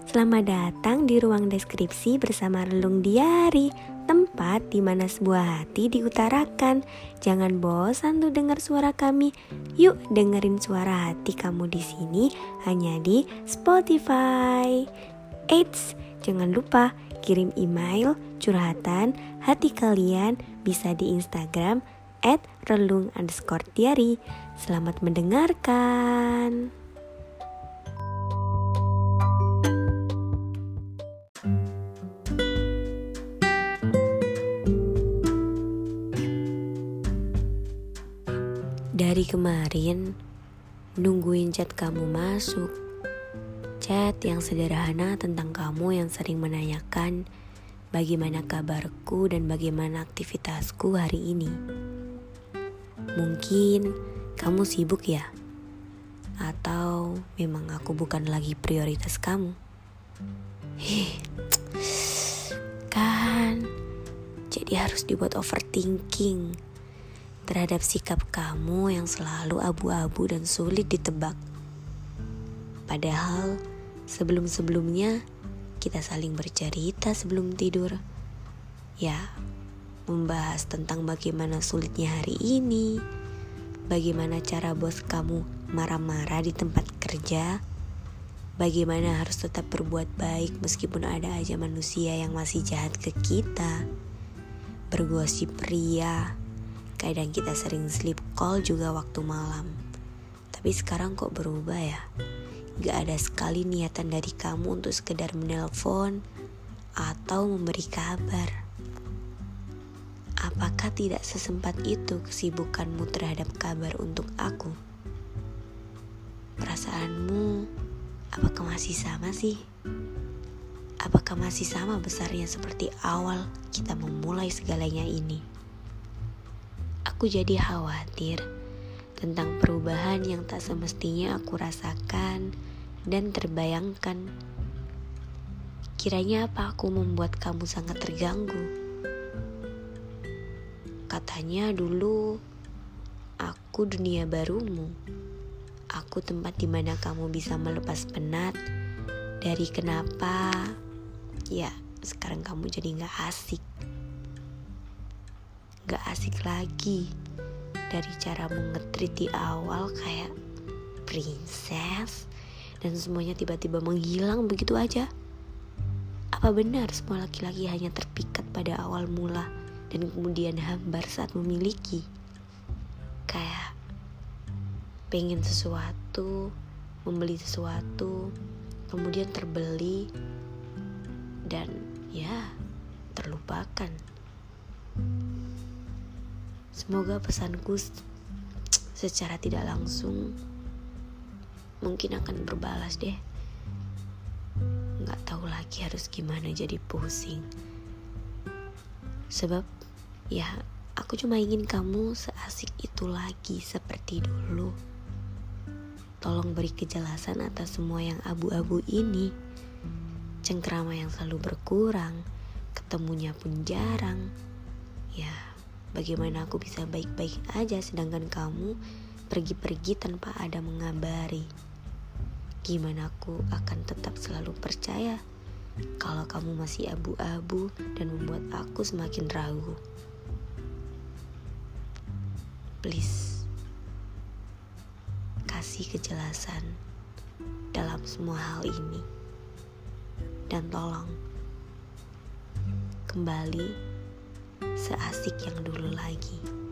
Selamat datang di ruang deskripsi bersama Relung Diari, tempat di mana sebuah hati diutarakan. Jangan bosan tuh dengar suara kami. Yuk dengerin suara hati kamu di sini hanya di Spotify. Eits, jangan lupa kirim email curhatan hati kalian bisa di Instagram @relung_diari. Selamat mendengarkan. Dari kemarin, nungguin chat kamu masuk. Chat yang sederhana tentang kamu yang sering menanyakan bagaimana kabarku dan bagaimana aktivitasku hari ini. Mungkin kamu sibuk ya? Atau memang aku bukan lagi prioritas kamu? Kan, jadi harus dibuat overthinking terhadap sikap kamu yang selalu abu-abu dan sulit ditebak. Padahal sebelum-sebelumnya kita saling bercerita sebelum tidur. Ya, membahas tentang bagaimana sulitnya hari ini, bagaimana cara bos kamu marah-marah di tempat kerja, bagaimana harus tetap berbuat baik meskipun ada aja manusia yang masih jahat ke kita, bergosip ria. Kadang kita sering sleep call juga waktu malam. Tapi sekarang kok berubah ya? Gak ada sekali niatan dari kamu untuk sekedar menelpon atau memberi kabar. Apakah tidak sesempat itu kesibukanmu terhadap kabar untuk aku? Perasaanmu apakah masih sama sih? Apakah masih sama besarnya seperti awal kita memulai segalanya ini? Aku jadi khawatir tentang perubahan yang tak semestinya aku rasakan dan terbayangkan. Kiranya apa aku membuat kamu sangat terganggu? Katanya dulu, aku dunia barumu. Aku tempat di mana kamu bisa melepas penat dari kenapa. Ya, sekarang kamu jadi gak asik. Gak asik lagi. Dari cara nge-treat di awal kayak princess dan semuanya tiba-tiba menghilang begitu aja. Apa benar semua laki-laki hanya terpikat pada awal mula dan kemudian hambar saat memiliki? Kayak pengen sesuatu, membeli sesuatu, kemudian terbeli dan ya terlupakan. Semoga pesanku secara tidak langsung mungkin akan berbalas deh. Gak tahu lagi harus gimana, jadi pusing. Sebab ya aku cuma ingin kamu seasik itu lagi seperti dulu. Tolong beri kejelasan atas semua yang abu-abu ini. Cengkrama yang selalu berkurang, ketemunya pun jarang. Ya, bagaimana aku bisa baik-baik aja sedangkan kamu pergi-pergi tanpa ada mengabari? Gimana aku akan tetap selalu percaya kalau kamu masih abu-abu dan membuat aku semakin ragu? Please, kasih kejelasan dalam semua hal ini. Dan tolong kembali seasik yang dulu lagi.